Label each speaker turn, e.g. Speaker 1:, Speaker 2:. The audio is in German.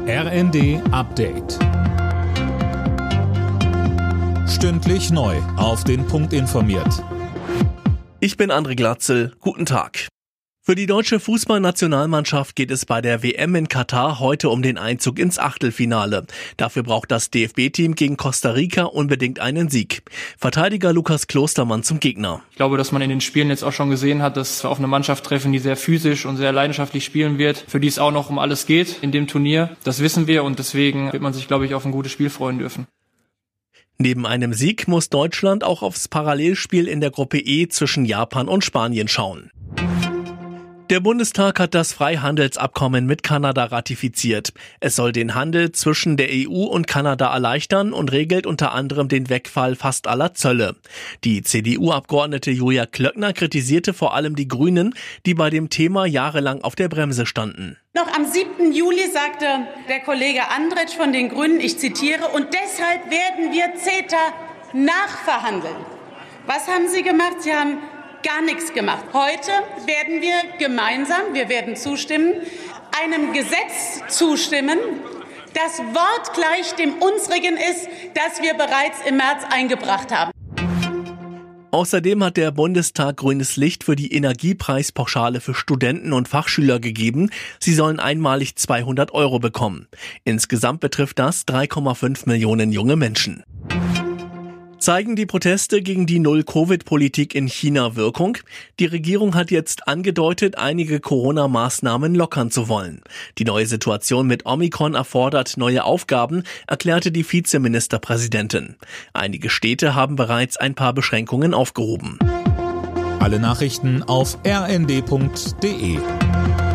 Speaker 1: RND Update. Stündlich neu auf den Punkt informiert.
Speaker 2: Ich bin André Glatzel. Guten Tag. Für die deutsche Fußballnationalmannschaft geht es bei der WM in Katar heute um den Einzug ins Achtelfinale. Dafür braucht das DFB-Team gegen Costa Rica unbedingt einen Sieg. Verteidiger Lukas Klostermann zum Gegner.
Speaker 3: Ich glaube, dass man in den Spielen jetzt auch schon gesehen hat, dass wir auf eine Mannschaft treffen, die sehr physisch und sehr leidenschaftlich spielen wird, für die es auch noch um alles geht in dem Turnier. Das wissen wir und deswegen wird man sich, glaube ich, auf ein gutes Spiel freuen dürfen.
Speaker 2: Neben einem Sieg muss Deutschland auch aufs Parallelspiel in der Gruppe E zwischen Japan und Spanien schauen. Der Bundestag hat das Freihandelsabkommen mit Kanada ratifiziert. Es soll den Handel zwischen der EU und Kanada erleichtern und regelt unter anderem den Wegfall fast aller Zölle. Die CDU-Abgeordnete Julia Klöckner kritisierte vor allem die Grünen, die bei dem Thema jahrelang auf der Bremse standen.
Speaker 4: Noch am 7. Juli sagte der Kollege Andretsch von den Grünen, ich zitiere, und deshalb werden wir CETA nachverhandeln. Was haben Sie gemacht? Sie haben gar nichts gemacht. Heute werden wir gemeinsam, wir werden zustimmen, einem Gesetz zustimmen, das wortgleich dem unsrigen ist, das wir bereits im März eingebracht haben.
Speaker 2: Außerdem hat der Bundestag grünes Licht für die Energiepreispauschale für Studenten und Fachschüler gegeben. Sie sollen einmalig 200 € bekommen. Insgesamt betrifft das 3,5 Millionen junge Menschen. Zeigen die Proteste gegen die Null-Covid-Politik in China Wirkung? Die Regierung hat jetzt angedeutet, einige Corona-Maßnahmen lockern zu wollen. Die neue Situation mit Omikron erfordert neue Aufgaben, erklärte die Vizeministerpräsidentin. Einige Städte haben bereits ein paar Beschränkungen aufgehoben.
Speaker 1: Alle Nachrichten auf rnd.de.